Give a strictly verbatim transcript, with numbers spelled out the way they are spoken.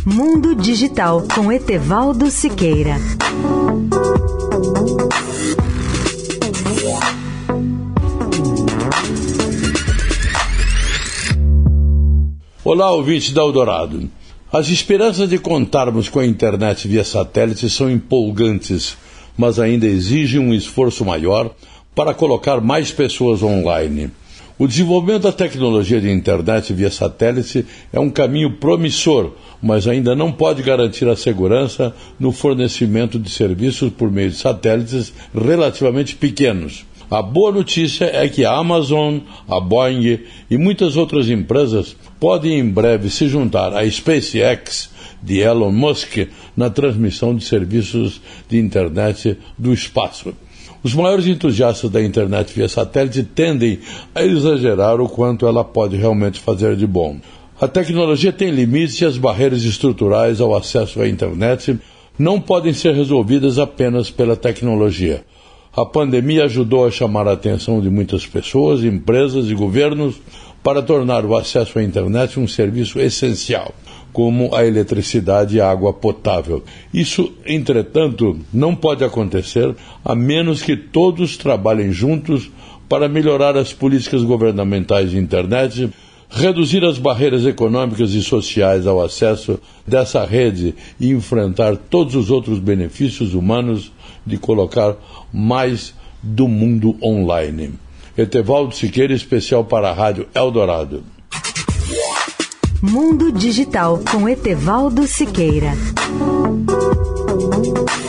Mundo Digital com Etevaldo Siqueira. Olá, ouvinte da Eldorado. As esperanças de contarmos com a internet via satélite são empolgantes, mas ainda exigem um esforço maior para colocar mais pessoas online. O desenvolvimento da tecnologia de internet via satélite é um caminho promissor, mas ainda não pode garantir a segurança no fornecimento de serviços por meio de satélites relativamente pequenos. A boa notícia é que a Amazon, a Boeing e muitas outras empresas podem em breve se juntar à SpaceX de Elon Musk na transmissão de serviços de internet do espaço. Os maiores entusiastas da internet via satélite tendem a exagerar o quanto ela pode realmente fazer de bom. A tecnologia tem limites e as barreiras estruturais ao acesso à internet não podem ser resolvidas apenas pela tecnologia. A pandemia ajudou a chamar a atenção de muitas pessoas, empresas e governos para tornar o acesso à internet um serviço essencial, como a eletricidade e a água potável. Isso, entretanto, não pode acontecer a menos que todos trabalhem juntos para melhorar as políticas governamentais de internet, reduzir as barreiras econômicas e sociais ao acesso dessa rede e enfrentar todos os outros benefícios humanos de colocar mais do mundo online. Etevaldo Siqueira, especial para a Rádio Eldorado. Mundo Digital com Etevaldo Siqueira.